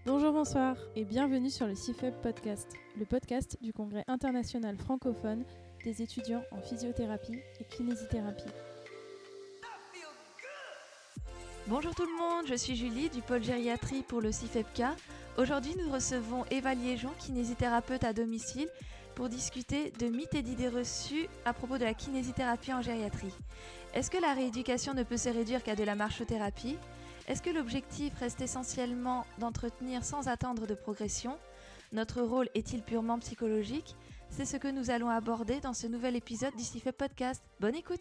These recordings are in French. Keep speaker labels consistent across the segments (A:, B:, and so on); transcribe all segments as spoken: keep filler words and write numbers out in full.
A: Bonjour, bonsoir et bienvenue sur le C I F E B Podcast, le podcast du Congrès international francophone des étudiants en physiothérapie et kinésithérapie.
B: Bonjour tout le monde, je suis Julie du pôle gériatrie pour le C I F E B K. Aujourd'hui, nous recevons Eva Liégeon, kinésithérapeute à domicile, pour discuter de mythes et d'idées reçues à propos de la kinésithérapie en gériatrie. Est-ce que la rééducation ne peut se réduire qu'à de la marchothérapie ? Est-ce que l'objectif reste essentiellement d'entretenir sans attendre de progression ? Notre rôle est-il purement psychologique ? C'est ce que nous allons aborder dans ce nouvel épisode du C I F E B Podcast. Bonne écoute !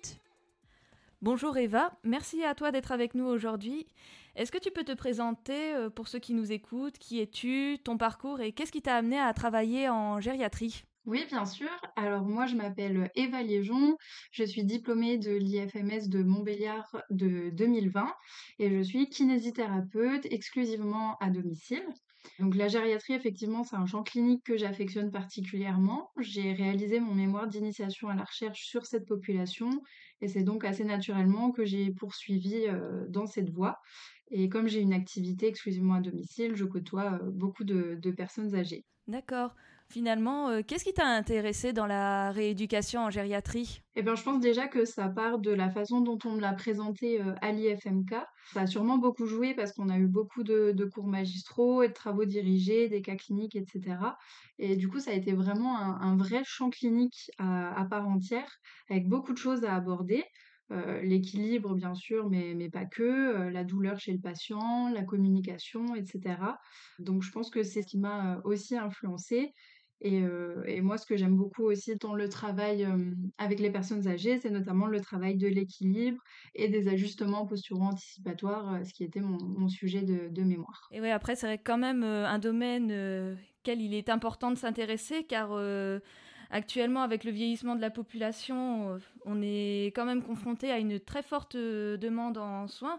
B: Bonjour Eva, merci à toi d'être avec nous aujourd'hui. Est-ce que tu peux te présenter pour ceux qui nous écoutent ? Qui es-tu, ton parcours et qu'est-ce qui t'a amené à travailler en gériatrie ?
C: Oui, bien sûr. Alors moi, je m'appelle Eva Liégeon, je suis diplômée de l'I F M S de Montbéliard de deux mille vingt et je suis kinésithérapeute exclusivement à domicile. Donc la gériatrie, effectivement, c'est un champ clinique que j'affectionne particulièrement. J'ai réalisé mon mémoire d'initiation à la recherche sur cette population et c'est donc assez naturellement que j'ai poursuivi euh, dans cette voie. Et comme j'ai une activité exclusivement à domicile, je côtoie euh, beaucoup de, de personnes âgées.
B: D'accord. Finalement, euh, qu'est-ce qui t'a intéressé dans la rééducation en gériatrie ?
C: Eh bien, je pense déjà que ça part de la façon dont on me l'a présenté euh, à l'I F M K. Ça a sûrement beaucoup joué parce qu'on a eu beaucoup de, de cours magistraux et de travaux dirigés, des cas cliniques, et cetera. Et du coup, ça a été vraiment un, un vrai champ clinique à, à part entière, avec beaucoup de choses à aborder. Euh, l'équilibre, bien sûr, mais, mais pas que, euh, la douleur chez le patient, la communication, et cetera. Donc, je pense que c'est ce qui m'a euh, aussi influencée. Et, euh, et moi, ce que j'aime beaucoup aussi dans le travail euh, avec les personnes âgées, c'est notamment le travail de l'équilibre et des ajustements posturaux anticipatoires, euh, ce qui était mon, mon sujet de, de mémoire.
B: Et oui, après, c'est quand même euh, un domaine euh, auquel il est important de s'intéresser, car euh, actuellement, avec le vieillissement de la population, euh, on est quand même confronté à une très forte euh, demande en soins,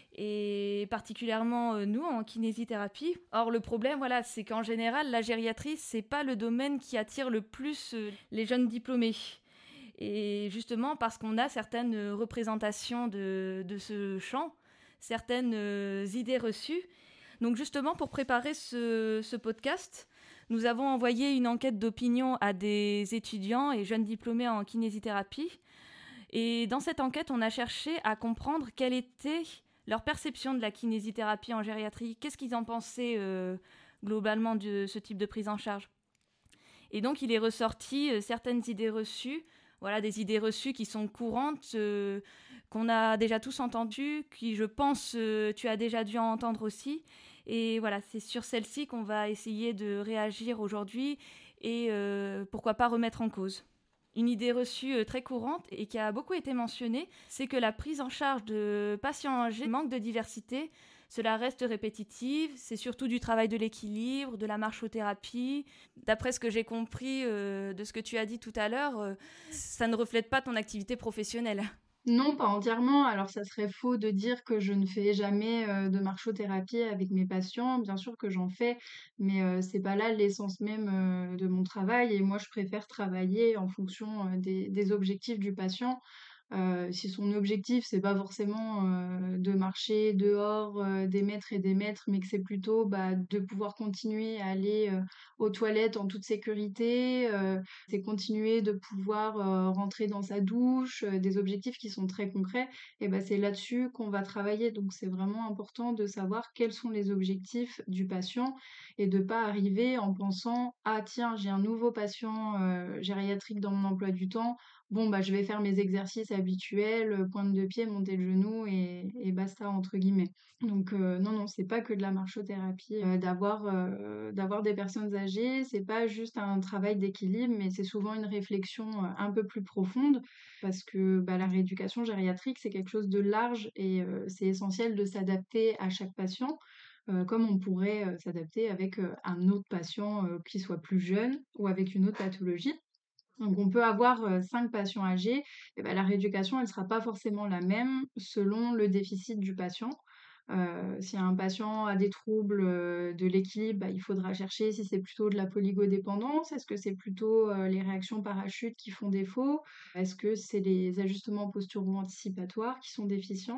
B: et particulièrement euh, nous, en kinésithérapie. Or, le problème, voilà, c'est qu'en général, la gériatrie, c'est pas le domaine qui attire le plus euh, les jeunes diplômés. Et justement, parce qu'on a certaines représentations de, de ce champ, certaines euh, idées reçues. Donc justement, pour préparer ce, ce podcast, nous avons envoyé une enquête d'opinion à des étudiants et jeunes diplômés en kinésithérapie. Et dans cette enquête, on a cherché à comprendre quelle était leur perception de la kinésithérapie en gériatrie. Qu'est-ce qu'ils en pensaient euh, globalement de ce type de prise en charge ? Et donc, il est ressorti euh, certaines idées reçues. Voilà, des idées reçues qui sont courantes, euh, qu'on a déjà tous entendues, qui, je pense, euh, tu as déjà dû en entendre aussi. Et voilà, c'est sur celle-ci qu'on va essayer de réagir aujourd'hui et euh, pourquoi pas remettre en cause. Une idée reçue euh, très courante et qui a beaucoup été mentionnée, c'est que la prise en charge de patients âgés manque de diversité. Cela reste répétitif, c'est surtout du travail de l'équilibre, de la marchothérapie. D'après ce que j'ai compris euh, de ce que tu as dit tout à l'heure, euh, ça ne reflète pas ton activité professionnelle.
C: Non, pas entièrement. Alors, ça serait faux de dire que je ne fais jamais euh, de marchothérapie avec mes patients. Bien sûr que j'en fais, mais euh, c'est pas là l'essence même euh, de mon travail. Et moi, je préfère travailler en fonction euh, des, des objectifs du patient. Euh, si son objectif, c'est pas forcément euh, de marcher dehors euh, des mètres et des mètres, mais que c'est plutôt bah, de pouvoir continuer à aller euh, aux toilettes en toute sécurité, euh, c'est continuer de pouvoir euh, rentrer dans sa douche, euh, des objectifs qui sont très concrets, et ben c'est là-dessus qu'on va travailler. Donc c'est vraiment important de savoir quels sont les objectifs du patient et de pas arriver en pensant ah tiens j'ai un nouveau patient euh, gériatrique dans mon emploi du temps. Bon, bah, je vais faire mes exercices habituels, euh, pointe de pied, monter le genou et, et basta, entre guillemets. Donc, euh, non, non, c'est pas que de la marchothérapie. Euh, d'avoir, euh, d'avoir des personnes âgées, c'est pas juste un travail d'équilibre, mais c'est souvent une réflexion euh, un peu plus profonde parce que bah, la rééducation gériatrique, c'est quelque chose de large et euh, c'est essentiel de s'adapter à chaque patient. Euh, comme on pourrait euh, s'adapter avec euh, un autre patient euh, qui soit plus jeune ou avec une autre pathologie. Donc on peut avoir euh, cinq patients âgés, et ben, la rééducation elle sera pas forcément la même selon le déficit du patient. Euh, si un patient a des troubles euh, de l'équilibre, bah, il faudra chercher si c'est plutôt de la polygodépendance, est-ce que c'est plutôt euh, les réactions parachutes qui font défaut, est-ce que c'est les ajustements posturaux anticipatoires qui sont déficients.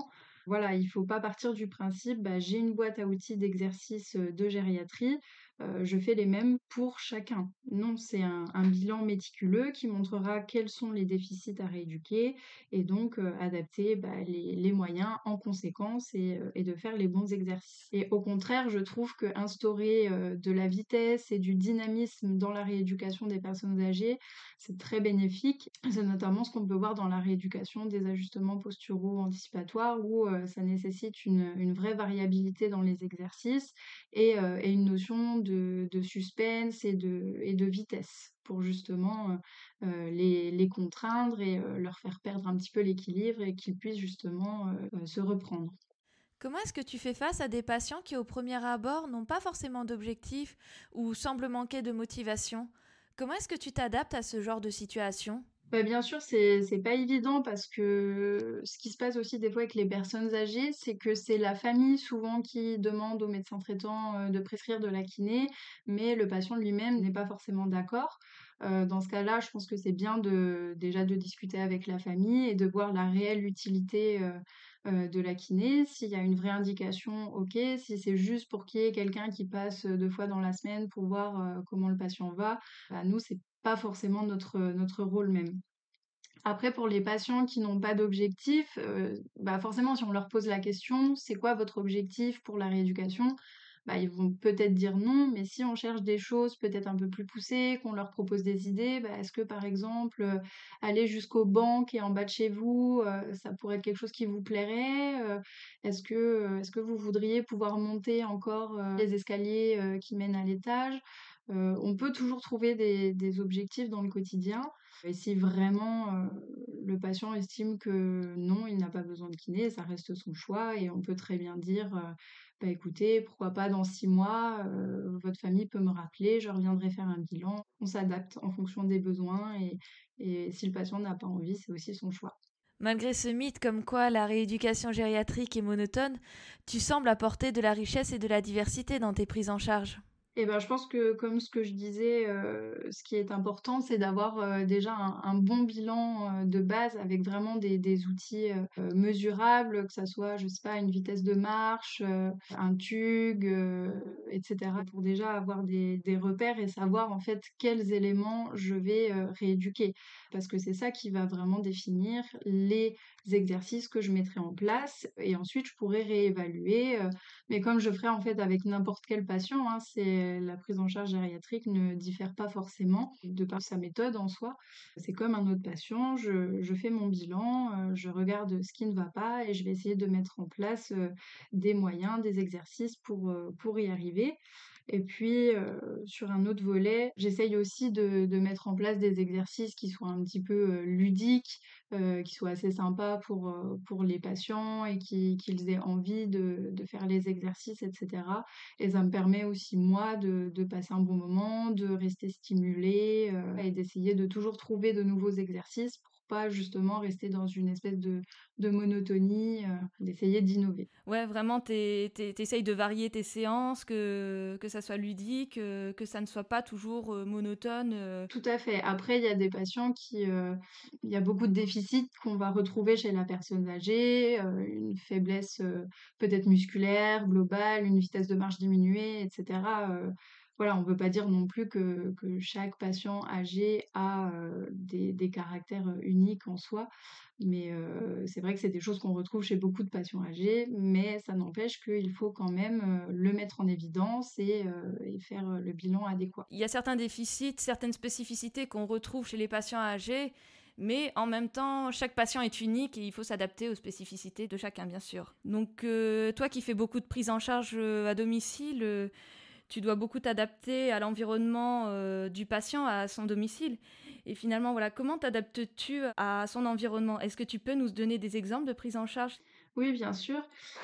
C: Voilà, il faut pas partir du principe, bah, j'ai une boîte à outils d'exercices, heu, de gériatrie, heu, je fais les mêmes pour chacun. Non, c'est un un bilan méticuleux qui montrera quels sont les déficits à rééduquer et donc heu, adapter, bah, les les moyens en conséquence et heu et de faire les bons exercices. Et au contraire, je trouve qu'instaurer, heu, de la vitesse et du dynamisme dans la rééducation des personnes âgées, c'est très bénéfique. C'est notamment ce qu'on peut voir dans la rééducation des ajustements posturaux anticipatoires où heu, ça nécessite une, une vraie variabilité dans les exercices et heu et une notion de de suspense et de et de vitesse pour justement, heu heu, les les contraindre et heu, leur faire perdre un petit peu l'équilibre et qu'ils puissent justement, heu heu, se reprendre.
D: Comment est-ce que tu fais face à des patients qui, au premier abord, n'ont pas forcément d'objectif ou semblent manquer de motivation? Comment est-ce que tu t'adaptes à ce genre de situation?
C: Bah, bien sûr, c'est c'est pas évident parce que ce qui se passe aussi des fois avec les personnes âgées, c'est que c'est la famille souvent qui demande au médecin traitant, heu, de prescrire de la kiné, mais le patient lui-même n'est pas forcément d'accord. Heu, dans ce cas-là, je pense que c'est bien de déjà de discuter avec la famille et de voir la réelle utilité, heu heu, de la kiné. S'il y a une vraie indication, OK. Si c'est juste pour qu'il y ait quelqu'un qui passe, heu, deux fois dans la semaine pour voir, heu, comment le patient va, bah, nous, c'est pas forcément notre, notre rôle même. Après, pour les patients qui n'ont pas d'objectif, heu, bah, forcément, si on leur pose la question: «C'est quoi votre objectif pour la rééducation?» Bah, ils vont peut-être dire non, mais si on cherche des choses peut-être un peu plus poussées, qu'on leur propose des idées, bah, est-ce que par exemple, heu, aller jusqu'au banc qui est en bas de chez vous, heu, ça pourrait être quelque chose qui vous plairait? Heu, est-ce que, heu, est-ce que vous voudriez pouvoir monter encore, heu, les escaliers, heu, qui mènent à l'étage? Heu, on peut toujours trouver des des objectifs dans le quotidien et si vraiment, heu, le patient estime que non, il n'a pas besoin de kiné, ça reste son choix et on peut très bien dire, heu: «Bah, écoutez, pourquoi pas dans six mois, heu, votre famille peut me rappeler, je reviendrai faire un bilan». On s'adapte en fonction des besoins et et si le patient n'a pas envie, c'est aussi son choix.
D: Malgré ce mythe comme quoi la rééducation gériatrique est monotone, tu sembles apporter de la richesse et de la diversité dans tes prises en charge.
C: Et ben, je pense que comme ce que je disais, heu, ce qui est important, c'est d'avoir, heu, déjà un un bon bilan, heu, de base avec vraiment des des outils, heu heu, mesurables, que ça soit, je sais pas, une vitesse de marche, heu, un TUG, heu et cetera. Pour déjà avoir des des repères et savoir, en fait, quels éléments je vais, heu, rééduquer. Parce que c'est ça qui va vraiment définir les exercices que je mettrai en place et ensuite je pourrai réévaluer, heu mais comme je ferais en fait avec n'importe quel patient, hein, c'est la prise en charge gériatrique ne diffère pas forcément de par sa méthode en soi. C'est comme un autre patient, je, je fais mon bilan, euh, je regarde ce qui ne va pas et je vais essayer de mettre en place euh, des moyens, des exercices pour, euh, pour y arriver. Et puis, heu, sur un autre volet, j'essaye aussi de de mettre en place des exercices qui soient un petit peu, heu, ludiques, heu, qui soient assez sympas pour, heu, pour les patients et qui qu'ils aient envie de de faire les exercices et cetera. Et ça me permet aussi moi de de passer un bon moment, de rester stimulée, heu et d'essayer de toujours trouver de nouveaux exercices pour pas justement rester dans une espèce de de monotonie, heu, d'essayer d'innover.
B: Ouais, vraiment, t'es, t'es- t'essayes de varier tes séances, que, que ça soit ludique, euh, que ça ne soit pas toujours euh, monotone. euh.
C: Tout à fait. Après, il y a des patients qui, heu, il y a beaucoup de déficits qu'on va retrouver chez la personne âgée, heu, une faiblesse, heu, peut-être musculaire, globale, une vitesse de marche diminuée et cetera, heu, voilà, on ne peut pas dire non plus que que chaque patient âgé a, heu, des des caractères, heu, uniques en soi. Mais, heu, c'est vrai que c'est des choses qu'on retrouve chez beaucoup de patients âgés, mais ça n'empêche qu'il faut quand même, heu, le mettre en évidence et heu et faire, heu, le bilan adéquat.
B: Il y a certains déficits, certaines spécificités qu'on retrouve chez les patients âgés, mais en même temps, chaque patient est unique et il faut s'adapter aux spécificités de chacun, bien sûr. Donc, euh, toi qui fais beaucoup de prises en charge euh, à domicile, euh, tu dois beaucoup t'adapter à l'environnement euh, du patient, à son domicile. Et finalement, voilà, comment t'adaptes-tu à son environnement? Est-ce que tu peux nous donner des exemples de prise en charge?
C: Oui, bien sûr.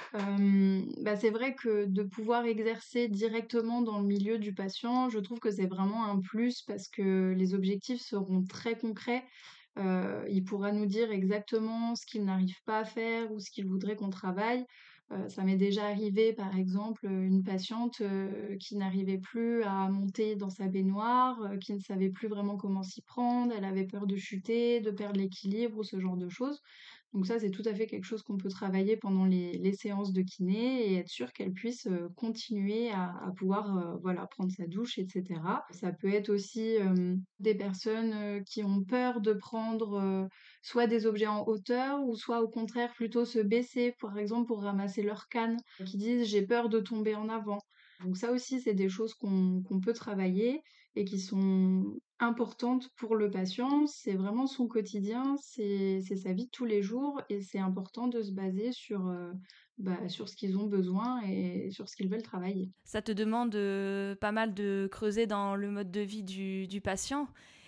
C: Hem, bah, c'est vrai que de pouvoir exercer directement dans le milieu du patient, je trouve que c'est vraiment un plus parce que les objectifs seront très concrets. Heu, il pourra nous dire exactement ce qu'il n'arrive pas à faire ou ce qu'il voudrait qu'on travaille. Heu, ça m'est déjà arrivé, par exemple, une patiente, heu, qui n'arrivait plus à monter dans sa baignoire, heu, qui ne savait plus vraiment comment s'y prendre. Elle avait peur de chuter, de perdre l'équilibre ou ce genre de choses. Donc ça, c'est tout à fait quelque chose qu'on peut travailler pendant les, les séances de kiné et être sûr qu'elle puisse euh, continuer à, à pouvoir euh, voilà, prendre sa douche, et cetera. Ça peut être aussi euh, des personnes euh, qui ont peur de prendre euh, soit des objets en hauteur ou soit au contraire plutôt se baisser, par exemple pour ramasser leur canne, qui disent j'ai peur de tomber en avant. Donc ça aussi, c'est des choses qu'on qu'on peut travailler et qui sont importante pour le patient. C'est vraiment son quotidien, c'est c'est sa vie de tous les jours et c'est important de se baser sur, heu, bah, sur ce qu'ils ont besoin et sur ce qu'ils veulent travailler.
B: Ça te demande euh, pas mal de creuser dans le mode de vie du, du patient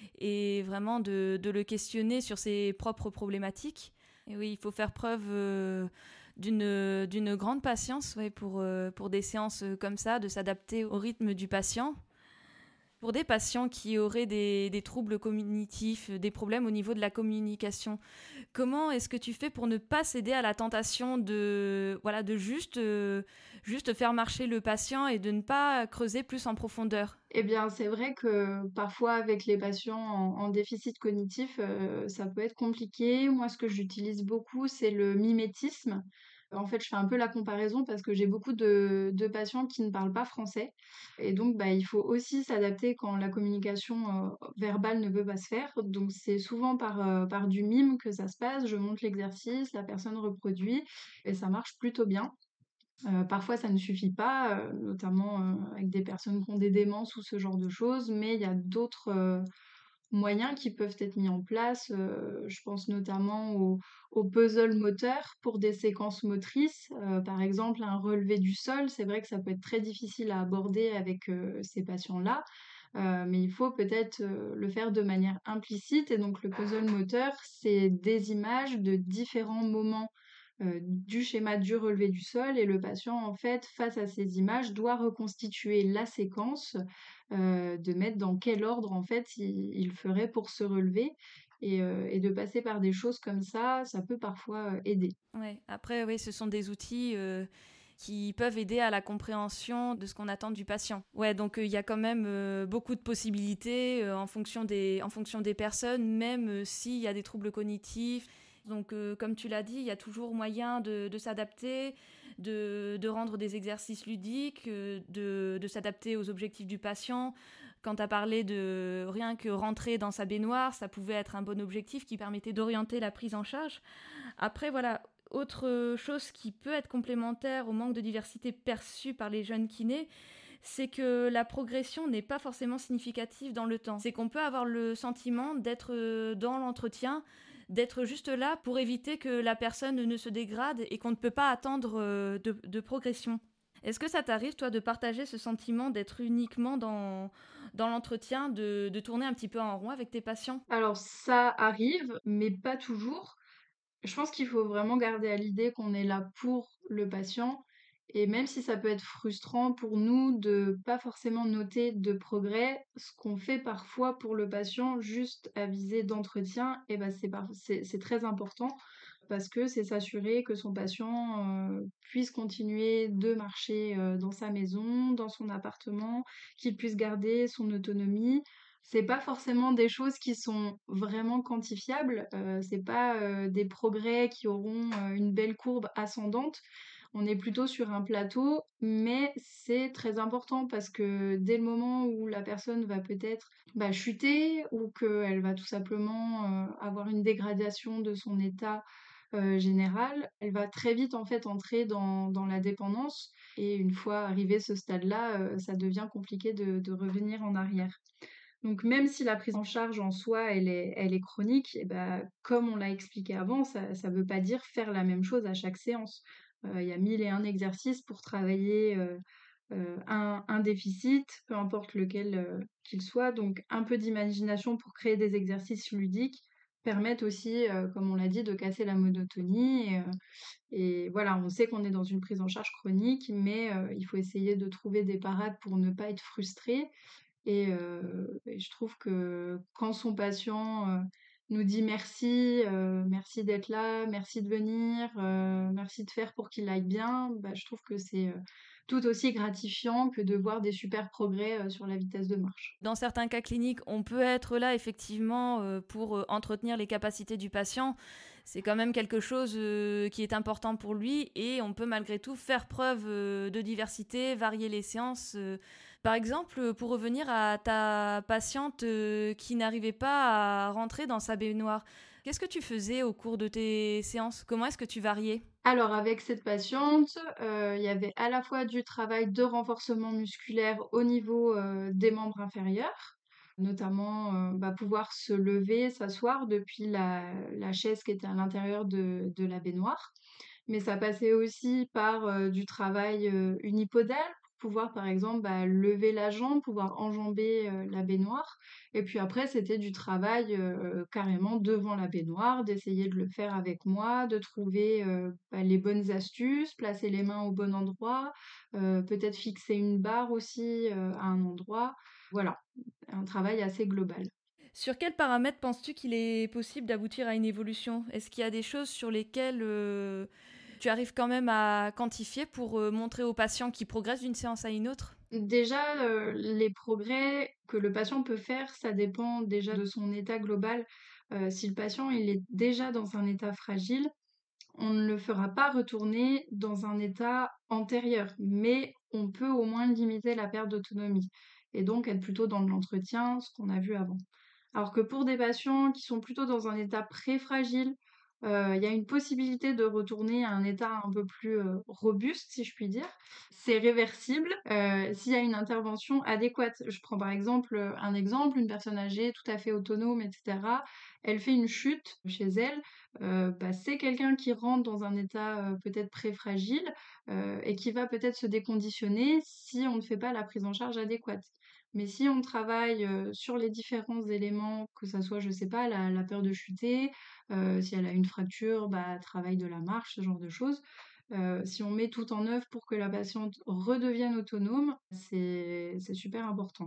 B: et vraiment de, de le questionner sur ses propres problématiques. Et oui, il faut faire preuve euh, d'une, d'une grande patience ouais, pour, euh, pour des séances comme ça, de s'adapter au rythme du patient. Pour des patients qui auraient des, des troubles cognitifs, des problèmes au niveau de la communication, comment est-ce que tu fais pour ne pas céder à la tentation de, voilà, de juste, euh, juste faire marcher le patient et de ne pas creuser plus en profondeur?
C: Eh bien, c'est vrai que parfois avec les patients en en déficit cognitif, heu, ça peut être compliqué. Moi, ce que j'utilise beaucoup, c'est le mimétisme. En fait, je fais un peu la comparaison parce que j'ai beaucoup de de patients qui ne parlent pas français et donc bah, il faut aussi s'adapter quand la communication, heu, verbale ne peut pas se faire. Donc c'est souvent par, heu, par du mime que ça se passe. Je montre l'exercice, la personne reproduit et ça marche plutôt bien. Heu, parfois ça ne suffit pas, heu, notamment, heu, avec des personnes qui ont des démences ou ce genre de choses, mais il y a d'autres, heu, moyens qui peuvent être mis en place. Heu, je pense notamment au au puzzle moteur pour des séquences motrices. Heu, par exemple, un relevé du sol, c'est vrai que ça peut être très difficile à aborder avec, heu, ces patients-là, heu, mais il faut peut-être, heu, le faire de manière implicite et donc le puzzle moteur, c'est des images de différents moments heu, du schéma du relevé du sol et le patient, en fait, face à ces images, doit reconstituer la séquence, heu, de mettre dans quel ordre, en fait, il il ferait pour se relever et heu et de passer par des choses comme ça, ça peut parfois, heu, aider.
B: Ouais. Après, oui, ce sont des outils euh, qui peuvent aider à la compréhension de ce qu'on attend du patient. Ouais, donc il euh, y a quand même euh, beaucoup de possibilités euh, en fonction des, en fonction des personnes, même euh, s'il y a des troubles cognitifs. Donc, euh, comme tu l'as dit, il y a toujours moyen de, de s'adapter, de, de rendre des exercices ludiques, euh, de, de s'adapter aux objectifs du patient. Quand tu as parlé de rien que rentrer dans sa baignoire, ça pouvait être un bon objectif qui permettait d'orienter la prise en charge. Après, voilà, autre chose qui peut être complémentaire au manque de diversité perçu par les jeunes kinés, c'est que la progression n'est pas forcément significative dans le temps. C'est qu'on peut avoir le sentiment d'être dans l'entretien, d'être juste là pour éviter que la personne ne se dégrade et qu'on ne peut pas attendre de, de progression. Est-ce que ça t'arrive, toi, de partager ce sentiment d'être uniquement dans, dans l'entretien, de, de tourner un petit peu en rond avec tes patients?
C: Alors ça arrive, mais pas toujours. Je pense qu'il faut vraiment garder à l'idée qu'on est là pour le patient et même si ça peut être frustrant pour nous de pas forcément noter de progrès, ce qu'on fait parfois pour le patient juste à visée d'entretien et ben c'est par c'est c'est très important parce que c'est s'assurer que son patient, heu, puisse continuer de marcher, heu, dans sa maison, dans son appartement, qu'il puisse garder son autonomie. C'est pas forcément des choses qui sont vraiment quantifiables, heu, c'est pas, heu, des progrès qui auront, heu, une belle courbe ascendante. On est plutôt sur un plateau, mais c'est très important parce que dès le moment où la personne va peut-être, bah, chuter ou qu'elle va tout simplement, heu, avoir une dégradation de son état, heu, général, elle va très vite en fait entrer dans dans la dépendance et une fois arrivé ce stade-là, heu, ça devient compliqué de de revenir en arrière. Donc même si la prise en charge en soi, elle est elle est chronique et bah, comme on l'a expliqué avant, ça ça veut pas dire faire la même chose à chaque séance. Heu, il y a mille et un exercices pour travailler, heu heu, un un déficit, peu importe lequel, heu, qu'il soit. Donc un peu d'imagination pour créer des exercices ludiques permettent aussi, heu, comme on l'a dit, de casser la monotonie et heu et voilà, on sait qu'on est dans une prise en charge chronique, mais heu, il faut essayer de trouver des parades pour ne pas être frustré et heu et je trouve que quand son patient, heu, nous dit: «Merci, heu, merci d'être là, merci de venir, heu, merci de faire pour qu'il aille bien», bah, je trouve que c'est, heu, tout aussi gratifiant que de voir des super progrès, heu, sur la vitesse de marche.
B: Dans certains cas cliniques, on peut être là effectivement euh, pour euh, entretenir les capacités du patient. c'est quand même quelque chose euh, qui est important pour lui et on peut malgré tout faire preuve euh, de diversité, varier les séances. Euh. Par exemple, pour revenir à ta patiente euh, qui n'arrivait pas à rentrer dans sa baignoire, qu'est-ce que tu faisais au cours de tes séances? Comment est-ce que tu variais?
C: Alors avec cette patiente, heu, il y avait à la fois du travail de renforcement musculaire au niveau, heu, des membres inférieurs, notamment, heu, bah, pouvoir se lever, s'asseoir depuis la la chaise qui était à l'intérieur de de la baignoire. Mais ça passait aussi par, heu, du travail, heu, unipodal pour pouvoir, par exemple, bah, lever la jambe, pouvoir enjamber, heu, la baignoire et puis après c'était du travail, heu, carrément devant la baignoire, d'essayer de le faire avec moi, de trouver, heu, bah, les bonnes astuces, placer les mains au bon endroit, heu, peut-être fixer une barre aussi, heu, à un endroit. Voilà, un travail assez global.
B: Sur quels paramètres penses-tu qu'il est possible d'aboutir à une évolution? Est-ce qu'il y a des choses sur lesquelles euh, tu arrives quand même à quantifier pour euh, montrer aux patients qui progressent d'une séance à une autre?
C: Déjà, heu, les progrès que le patient peut faire, ça dépend déjà de son état global. Heu, si le patient, il est déjà dans un état fragile, on ne le fera pas retourner dans un état antérieur, mais on peut au moins limiter la perte d'autonomie et donc être plutôt dans de l'entretien, ce qu'on a vu avant. Alors que pour des patients qui sont plutôt dans un état pré-fragile, heu, il y a une possibilité de retourner à un état un peu plus, heu, robuste, si je puis dire. C'est réversible, heu, s'il y a une intervention adéquate. Je prends par exemple, heu, un exemple, une personne âgée tout à fait autonome et cetera. Elle fait une chute chez elle, heu, bah, c'est quelqu'un qui rentre dans un état, heu, peut-être pré-fragile, heu et qui va peut-être se déconditionner si on ne fait pas la prise en charge adéquate. Mais si on travaille, heu, sur les différents éléments, que ça soit, je sais pas, la la peur de chuter, heu, si elle a une fracture, bah, travail de la marche, ce genre de choses. Heu, si on met tout en œuvre pour que la patiente redevienne autonome, c'est c'est super important.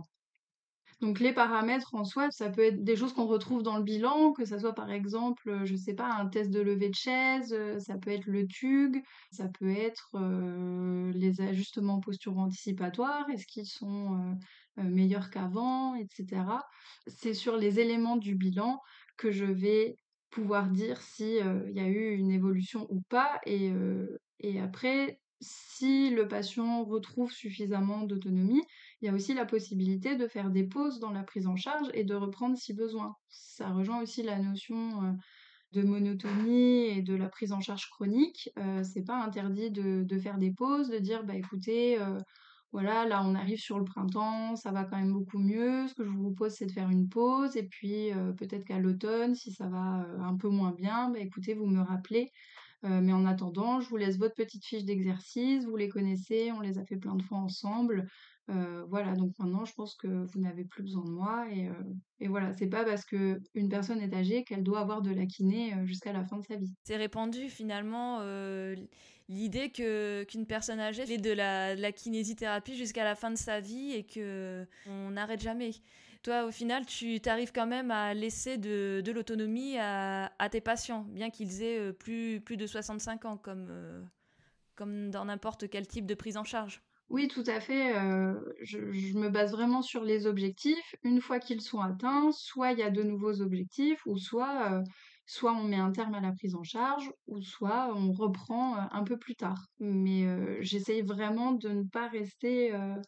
C: Donc les paramètres en soi, ça peut être des choses qu'on retrouve dans le bilan, que ça soit par exemple, heu, je sais pas, un test de levée de chaise, heu, ça peut être le T U G, ça peut être, heu, les ajustements posturaux anticipatoires. Est-ce qu'ils sont, heu heu, meilleurs qu'avant et cetera? C'est sur les éléments du bilan que je vais pouvoir dire si, heu, il y a eu une évolution ou pas et heu et après, si le patient retrouve suffisamment d'autonomie, il y a aussi la possibilité de faire des pauses dans la prise en charge et de reprendre si besoin. Ça rejoint aussi la notion, heu, de monotonie et de la prise en charge chronique. Heu, c'est pas interdit de de faire des pauses, de dire: «Bah, écoutez, heu, voilà, là, on arrive sur le printemps, ça va quand même beaucoup mieux. Ce que je vous propose, c'est de faire une pause et puis, heu, peut-être qu'à l'automne, si ça va, heu, un peu moins bien, bah, écoutez, vous me rappelez. Heu, mais en attendant, je vous laisse votre petite fiche d'exercice, vous les connaissez, on les a fait plein de fois ensemble. Heu, voilà, donc maintenant je pense que vous n'avez plus besoin de moi et heu et voilà, c'est pas parce qu'une personne est âgée qu'elle doit avoir de la kiné, heu, jusqu'à la fin de sa vie.
B: C'est répandu finalement euh, l'idée que qu'une personne âgée fait de la, de la kinésithérapie jusqu'à la fin de sa vie et que on n'arrête jamais. Toi, au final, tu t'arrives quand même à laisser de, de l'autonomie à, à tes patients, bien qu'ils aient euh, plus, plus de soixante-cinq ans, comme, euh, comme dans n'importe quel type de prise en charge.
C: Oui, tout à fait, heu, je je me base vraiment sur les objectifs. Une fois qu'ils sont atteints, soit il y a de nouveaux objectifs ou soit, heu, soit on met un terme à la prise en charge ou soit on reprend, heu, un peu plus tard. Mais, heu, j'essaye vraiment de ne pas rester, heu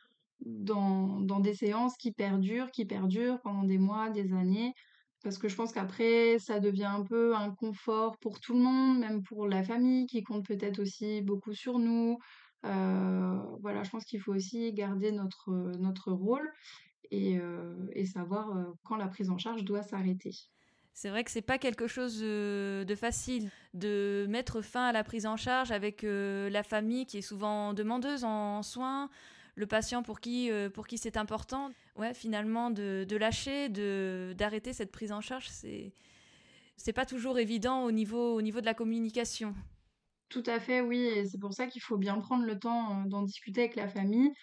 C: dans dans des séances qui perdurent, qui perdurent pendant des mois, des années, parce que je pense qu'après ça devient un peu un confort pour tout le monde, même pour la famille qui compte peut-être aussi beaucoup sur nous. Heu, voilà, je pense qu'il faut aussi garder notre, notre rôle et heu et savoir, heu, quand la prise en charge doit s'arrêter.
B: C'est vrai que c'est pas quelque chose euh, de facile de mettre fin à la prise en charge avec euh, la famille qui est souvent demandeuse en soins, le patient pour qui, euh, pour qui c'est important. Ouais, finalement, de, de lâcher, de, d'arrêter cette prise en charge, c'est, c'est pas toujours évident au niveau, au niveau de la communication.
C: Tout à fait, oui et c'est pour ça qu'il faut bien prendre le temps, heu, d'en discuter avec la famille.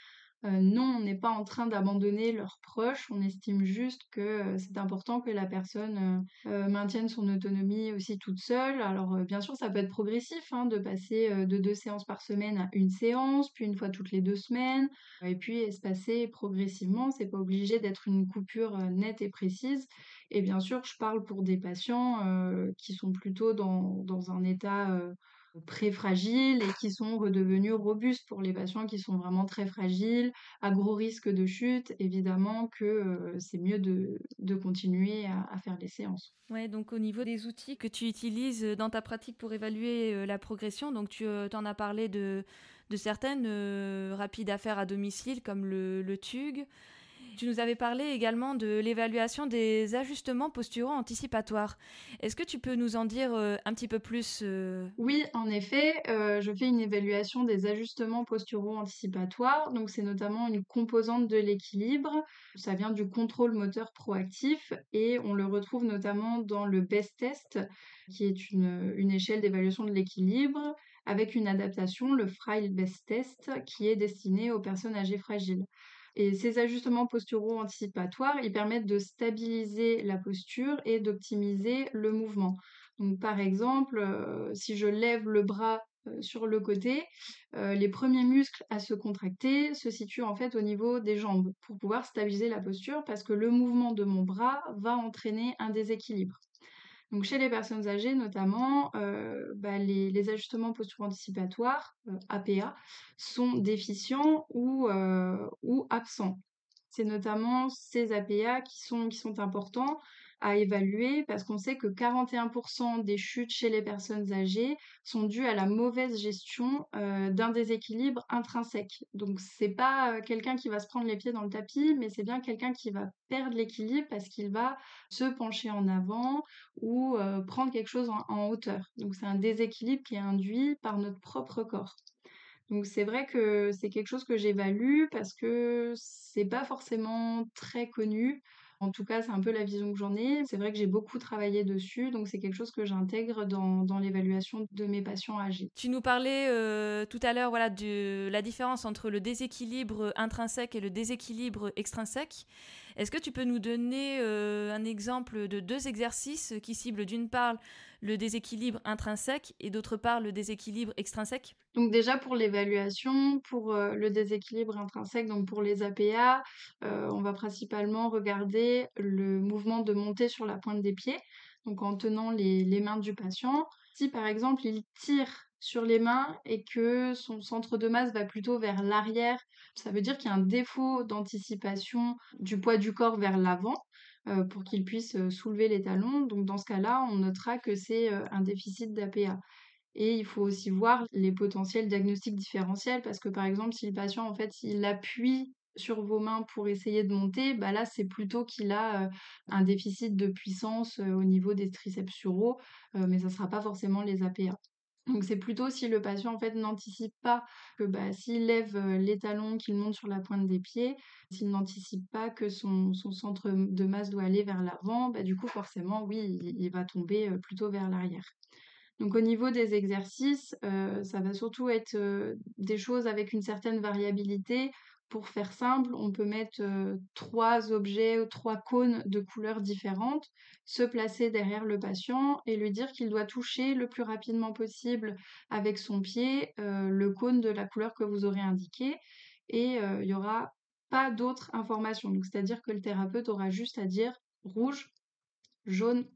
C: Euh, non, on n'est pas en train d'abandonner leurs proches, on estime juste que euh, c'est important que la personne euh, euh, maintienne son autonomie aussi toute seule. Alors euh, bien sûr, ça peut être progressif, hein, de passer euh, de deux séances par semaine à une séance, puis une fois toutes les deux semaines, et puis espacer progressivement. C'est pas obligé d'être une coupure euh, nette et précise. Et bien sûr, je parle pour des patients euh, qui sont plutôt dans, dans un état euh, très fragiles et qui sont redevenus robustes. Pour les patients qui sont vraiment très fragiles, à gros risque de chute, évidemment que euh, c'est mieux de, de continuer à, à faire les séances.
B: Ouais, donc au niveau des outils que tu utilises dans ta pratique pour évaluer euh, la progression, donc tu euh, t'en as parlé de, de certaines euh, rapides à faire à domicile comme le, le T U G. Tu nous avais parlé également de l'évaluation des ajustements posturaux anticipatoires. Est-ce que tu peux nous en dire euh, un petit peu plus euh...
C: Oui, en effet, euh, je fais une évaluation des ajustements posturaux anticipatoires. Donc, c'est notamment une composante de l'équilibre. Ça vient du contrôle moteur proactif et on le retrouve notamment dans le BEST test, qui est une, une échelle d'évaluation de l'équilibre, avec une adaptation, le Frail BEST test, qui est destiné aux personnes âgées fragiles. Et ces ajustements posturaux anticipatoires, ils permettent de stabiliser la posture et d'optimiser le mouvement. Donc, par exemple, euh, si je lève le bras euh, sur le côté, euh, les premiers muscles à se contracter se situent en fait au niveau des jambes pour pouvoir stabiliser la posture parce que le mouvement de mon bras va entraîner un déséquilibre. Donc chez les personnes âgées notamment, euh, bah, les, les ajustements posturaux anticipatoires, euh, A P A, sont déficients ou, euh, ou absents. C'est notamment ces A P A qui sont, qui sont importants à évaluer parce qu'on sait que quarante et un pour cent des chutes chez les personnes âgées sont dues à la mauvaise gestion euh, d'un déséquilibre intrinsèque. Donc c'est pas euh, quelqu'un qui va se prendre les pieds dans le tapis, mais c'est bien quelqu'un qui va perdre l'équilibre parce qu'il va se pencher en avant ou euh, prendre quelque chose en, en hauteur. Donc c'est un déséquilibre qui est induit par notre propre corps. Donc c'est vrai que c'est quelque chose que j'évalue parce que c'est pas forcément très connu. En tout cas, c'est un peu la vision que j'en ai. C'est vrai que j'ai beaucoup travaillé dessus, donc c'est quelque chose que j'intègre dans, dans l'évaluation de mes patients âgés.
B: Tu nous parlais euh, tout à l'heure voilà, de la différence entre le déséquilibre intrinsèque et le déséquilibre extrinsèque. Est-ce que tu peux nous donner euh, un exemple de deux exercices qui ciblent d'une part le déséquilibre intrinsèque et d'autre part le déséquilibre extrinsèque ?
C: Donc déjà pour l'évaluation, pour euh, le déséquilibre intrinsèque, donc pour les A P A, euh, on va principalement regarder le mouvement de montée sur la pointe des pieds, donc en tenant les, les mains du patient. Si par exemple il tire sur les mains et que son centre de masse va plutôt vers l'arrière, ça veut dire qu'il y a un défaut d'anticipation du poids du corps vers l'avant. Euh, pour qu'il puisse euh, soulever les talons. Donc dans ce cas-là, on notera que c'est euh, un déficit d'A P A. Et il faut aussi voir les potentiels diagnostics différentiels parce que par exemple, si le patient, en fait, il appuie sur vos mains pour essayer de monter, bah là, c'est plutôt qu'il a euh, un déficit de puissance euh, au niveau des triceps suraux, euh, mais ça ne sera pas forcément les A P A. Donc c'est plutôt si le patient en fait n'anticipe pas que bah, s'il lève euh, les talons, qu'il monte sur la pointe des pieds, s'il n'anticipe pas que son, son centre de masse doit aller vers l'avant, bah, du coup forcément oui, il, il va tomber euh, plutôt vers l'arrière. Donc au niveau des exercices, euh, ça va surtout être euh, des choses avec une certaine variabilité. Pour faire simple, on peut mettre euh, trois objets ou trois cônes de couleurs différentes, se placer derrière le patient et lui dire qu'il doit toucher le plus rapidement possible avec son pied euh, le cône de la couleur que vous aurez indiqué. Et euh, il n'y aura pas d'autres informations. Donc c'est-à-dire que le thérapeute aura juste à dire rouge, jaune,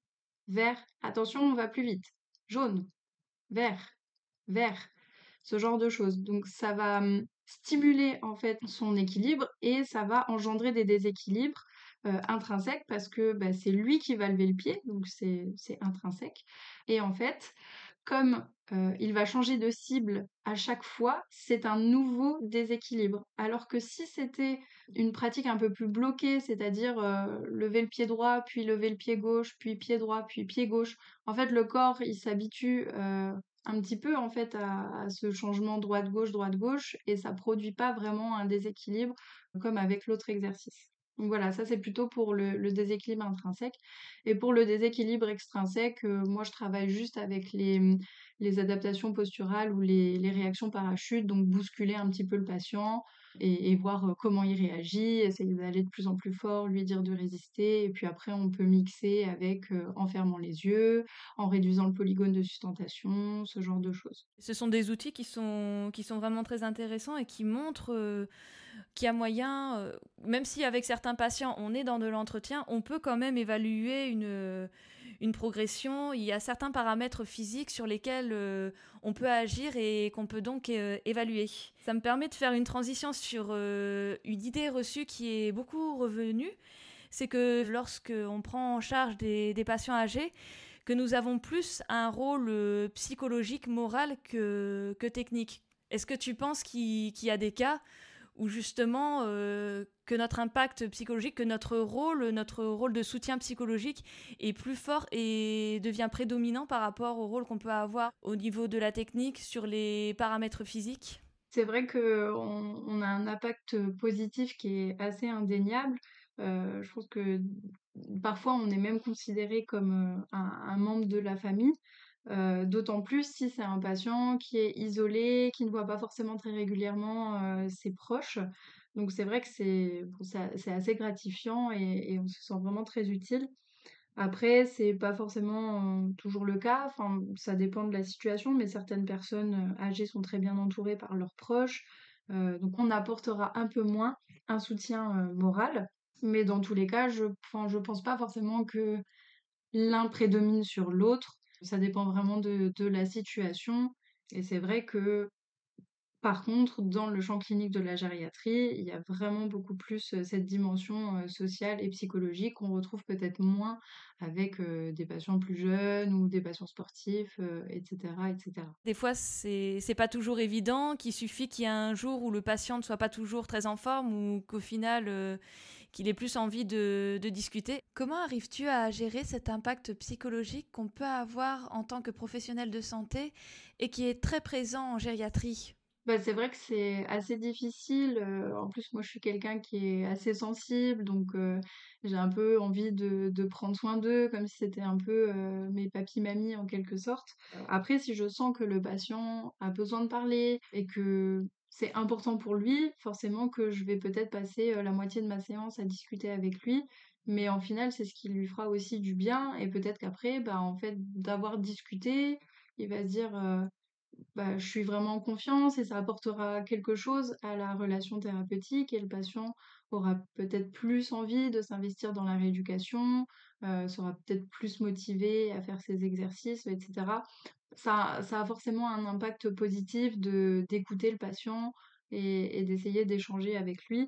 C: vert. Attention, on va plus vite. Jaune, vert, vert, ce genre de choses. Donc ça va hum, stimuler en fait son équilibre et ça va engendrer des déséquilibres euh, intrinsèques parce que bah, c'est lui qui va lever le pied, donc c'est c'est intrinsèque. Et en fait, comme euh, il va changer de cible à chaque fois, c'est un nouveau déséquilibre. Alors que si c'était une pratique un peu plus bloquée, c'est-à-dire euh, lever le pied droit, puis lever le pied gauche, puis pied droit, puis pied gauche, en fait le corps il s'habitue euh, un petit peu en fait à, à ce changement droite-gauche, droite-gauche, et ça produit pas vraiment un déséquilibre comme avec l'autre exercice. Donc voilà, ça c'est plutôt pour le, le déséquilibre intrinsèque. Et pour le déséquilibre extrinsèque, euh, moi je travaille juste avec les, les adaptations posturales ou les les réactions parachutes, donc bousculer un petit peu le patient et et voir, heu, comment il réagit, essayer d'aller de plus en plus fort, lui dire de résister et puis après on peut mixer avec, heu, en fermant les yeux, en réduisant le polygone de sustentation, ce genre de choses.
B: Ce sont des outils qui sont, qui sont vraiment très intéressants et qui montrent euh, qu'il y a moyen, euh, même si avec certains patients on est dans de l'entretien, on peut quand même évaluer une, euh, une progression. Il y a certains paramètres physiques sur lesquels euh, on peut agir et qu'on peut donc euh, évaluer. Ça me permet de faire une transition sur euh, une idée reçue qui est beaucoup revenue. C'est que lorsque on prend en charge des, des patients âgés, que nous avons plus un rôle euh, psychologique, moral que, que technique. Est-ce que tu penses qu'il, qu'il y a des cas où justement euh, que notre impact psychologique, que notre rôle, notre rôle de soutien psychologique est plus fort et devient prédominant par rapport au rôle qu'on peut avoir au niveau de la technique sur les paramètres physiques?
C: C'est vrai qu'on on a un impact positif qui est assez indéniable. Heu, je pense que parfois on est même considéré comme, heu, un un membre de la famille, heu, d'autant plus si c'est un patient qui est isolé, qui ne voit pas forcément très régulièrement, heu, ses proches. Donc c'est vrai que c'est bon, c'est c'est assez gratifiant et et on se sent vraiment très utile. Après, c'est pas forcément, heu, toujours le cas, enfin, ça dépend de la situation, mais certaines personnes, heu, âgées sont très bien entourées par leurs proches, heu, donc on apportera un peu moins un soutien, heu, moral. Mais dans tous les cas, je enfin, je pense pas forcément que l'un prédomine sur l'autre. Ça dépend vraiment de de la situation et c'est vrai que par contre, dans le champ clinique de la gériatrie, il y a vraiment beaucoup plus, heu, cette dimension, heu, sociale et psychologique qu'on retrouve peut-être moins avec, heu, des patients plus jeunes ou des patients sportifs, heu, et cetera, et cetera.
B: Des fois, c'est c'est pas toujours évident, qu'il suffit qu'il y ait un jour où le patient ne soit pas toujours très en forme ou qu'au final, euh, qu'il ait plus envie de, de discuter.
D: Comment arrives-tu à gérer cet impact psychologique qu'on peut avoir en tant que professionnel de santé et qui est très présent en gériatrie?
C: Bah, c'est vrai que c'est assez difficile, heu, en plus moi je suis quelqu'un qui est assez sensible donc heu, j'ai un peu envie de de prendre soin d'eux comme si c'était un peu, heu, mes papis-mamies en quelque sorte. Heu, après si je sens que le patient a besoin de parler et que c'est important pour lui, forcément que je vais peut-être passer, heu, la moitié de ma séance à discuter avec lui. Mais en final, c'est ce qui lui fera aussi du bien et peut-être qu'après, bah, en fait, d'avoir discuté, il va se dire, heu bah, je suis vraiment en confiance et ça apportera quelque chose à la relation thérapeutique et le patient aura peut-être plus envie de s'investir dans la rééducation, heu, sera peut-être plus motivé à faire ses exercices, et cetera. Ça ça a forcément un impact positif de d'écouter le patient et et d'essayer d'échanger avec lui.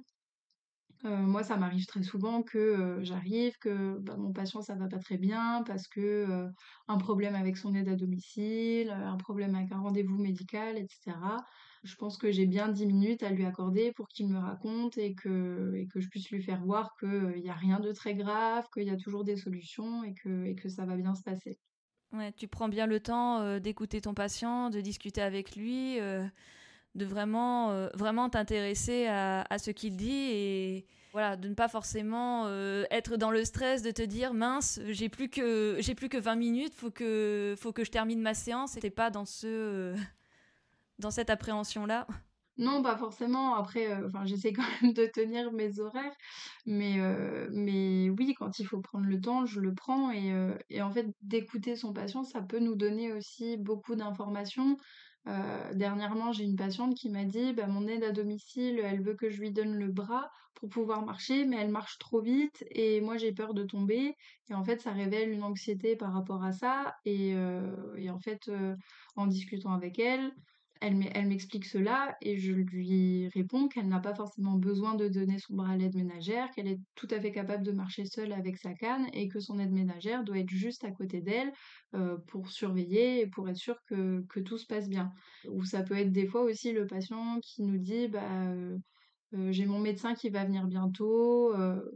C: Heu, moi, ça m'arrive très souvent que, heu, j'arrive, que, bah, mon patient ça va pas très bien parce que, heu, un problème avec son aide à domicile, heu, un problème avec un rendez-vous médical et cetera. Je pense que j'ai bien dix minutes à lui accorder pour qu'il me raconte et que et que je puisse lui faire voir que, heu, il y a rien de très grave, qu'il y a toujours des solutions et que et que ça va bien se passer.
B: Ouais, tu prends bien le temps euh, d'écouter ton patient, de discuter avec lui, euh, de vraiment, euh, vraiment t'intéresser à, à ce qu'il dit et voilà, de ne pas forcément euh, être dans le stress de te dire mince, j'ai plus que j'ai plus que vingt minutes, faut que faut que je termine ma séance et t'es pas dans ce euh, dans cette appréhension là.
C: Non, pas forcément. Après, heu, enfin, j'essaie quand même de tenir mes horaires, mais heu, mais oui, quand il faut prendre le temps, je le prends et heu et en fait, d'écouter son patient, ça peut nous donner aussi beaucoup d'informations. Heu, dernièrement, j'ai une patiente qui m'a dit: «Bah, mon aide à domicile, elle veut que je lui donne le bras pour pouvoir marcher, mais elle marche trop vite et moi, j'ai peur de tomber» et en fait, ça révèle une anxiété par rapport à ça et heu et en fait, heu, en discutant avec elle, elle m'e elle m'explique cela et je lui réponds qu'elle n'a pas forcément besoin de donner son bras à l'aide ménagère, qu'elle est tout à fait capable de marcher seule avec sa canne et que son aide ménagère doit être juste à côté d'elle, heu, pour surveiller et pour être sûr que que tout se passe bien. Ou ça peut être des fois aussi le patient qui nous dit: «Bah, heu heu, j'ai mon médecin qui va venir bientôt», heu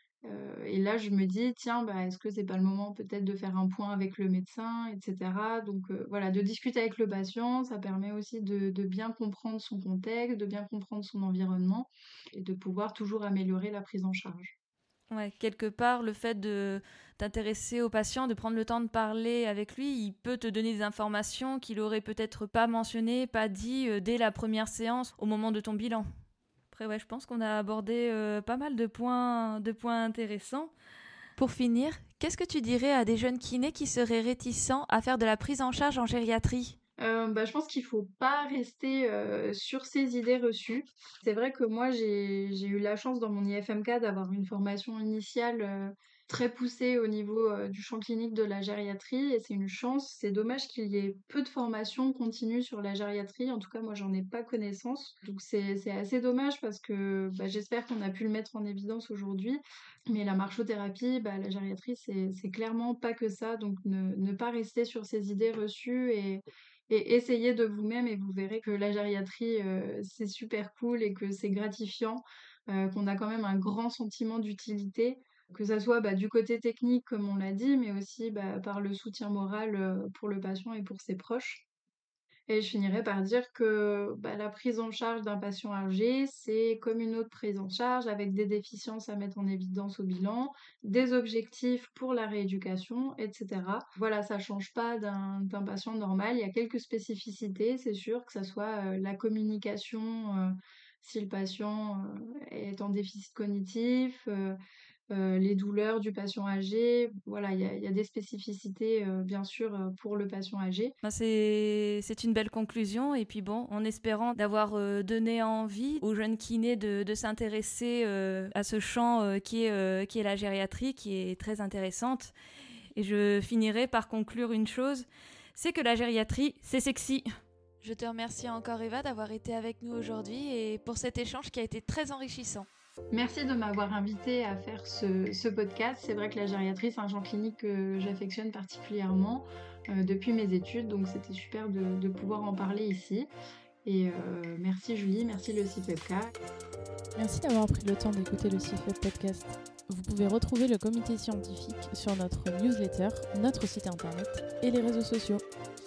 C: Heu et là, je me dis: «Tiens, bah, est-ce que c'est pas le moment peut-être de faire un point avec le médecin?» et cetera. Donc heu, voilà, de discuter avec le patient, ça permet aussi de de bien comprendre son contexte, de bien comprendre son environnement et de pouvoir toujours améliorer la prise en charge.
B: Ouais, quelque part, le fait de t'intéresser au patient, de prendre le temps de parler avec lui, il peut te donner des informations qu'il aurait peut-être pas mentionnées, pas dit euh, dès la première séance, au moment de ton bilan. Après, ouais, je pense qu'on a abordé euh, pas mal de points, de points intéressants.
D: Pour finir, qu'est-ce que tu dirais à des jeunes kinés qui seraient réticents à faire de la prise en charge en gériatrie ?
C: Euh, bah, je pense qu'il faut pas rester euh, sur ces idées reçues. C'est vrai que moi, j'ai, j'ai eu la chance dans mon I F M K d'avoir une formation initiale euh, très poussée au niveau euh, du champ clinique de la gériatrie et c'est une chance. C'est dommage qu'il y ait peu de formations continues sur la gériatrie. En tout cas, moi, j'en ai pas connaissance. Donc, c'est, c'est assez dommage parce que bah, j'espère qu'on a pu le mettre en évidence aujourd'hui. Mais la marchothérapie, bah, la gériatrie, c'est, c'est clairement pas que ça. Donc, ne, ne pas rester sur ces idées reçues et et essayez de vous-même et vous verrez que la gériatrie, euh, c'est super cool et que c'est gratifiant, euh, qu'on a quand même un grand sentiment d'utilité, que ça soit bah, du côté technique, comme on l'a dit, mais aussi bah, par le soutien moral euh, pour le patient et pour ses proches. Et je finirai par dire que bah, la prise en charge d'un patient âgé, c'est comme une autre prise en charge avec des déficiences à mettre en évidence au bilan, des objectifs pour la rééducation, et cetera. Voilà, ça change pas d'un d'un patient normal. Il y a quelques spécificités, c'est sûr, que ça soit euh, la communication, euh, si le patient euh, est en déficit cognitif, euh, euh, les douleurs du patient âgé. Voilà, il y a, il y a des spécificités, euh, bien sûr, euh, pour le patient âgé.
B: Ben, c'est, c'est une belle conclusion. Et puis bon, en espérant d'avoir euh, donné envie aux jeunes kinés de, de s'intéresser euh, à ce champ euh, qui, est, euh, qui est la gériatrie, qui est très intéressante. Et je finirai par conclure une chose, c'est que la gériatrie, c'est sexy.
D: Je te remercie encore Eva d'avoir été avec nous aujourd'hui et pour cet échange qui a été très enrichissant.
C: Merci de m'avoir invité à faire ce, ce podcast. C'est vrai que la gériatrie, c'est un champ clinique que j'affectionne particulièrement euh, depuis mes études, donc c'était super de, de pouvoir en parler ici. Et euh, merci Julie, merci le C I F E P K.
A: Merci d'avoir pris le temps d'écouter le C I F E P Podcast. Vous pouvez retrouver le comité scientifique sur notre newsletter, notre site internet et les réseaux sociaux.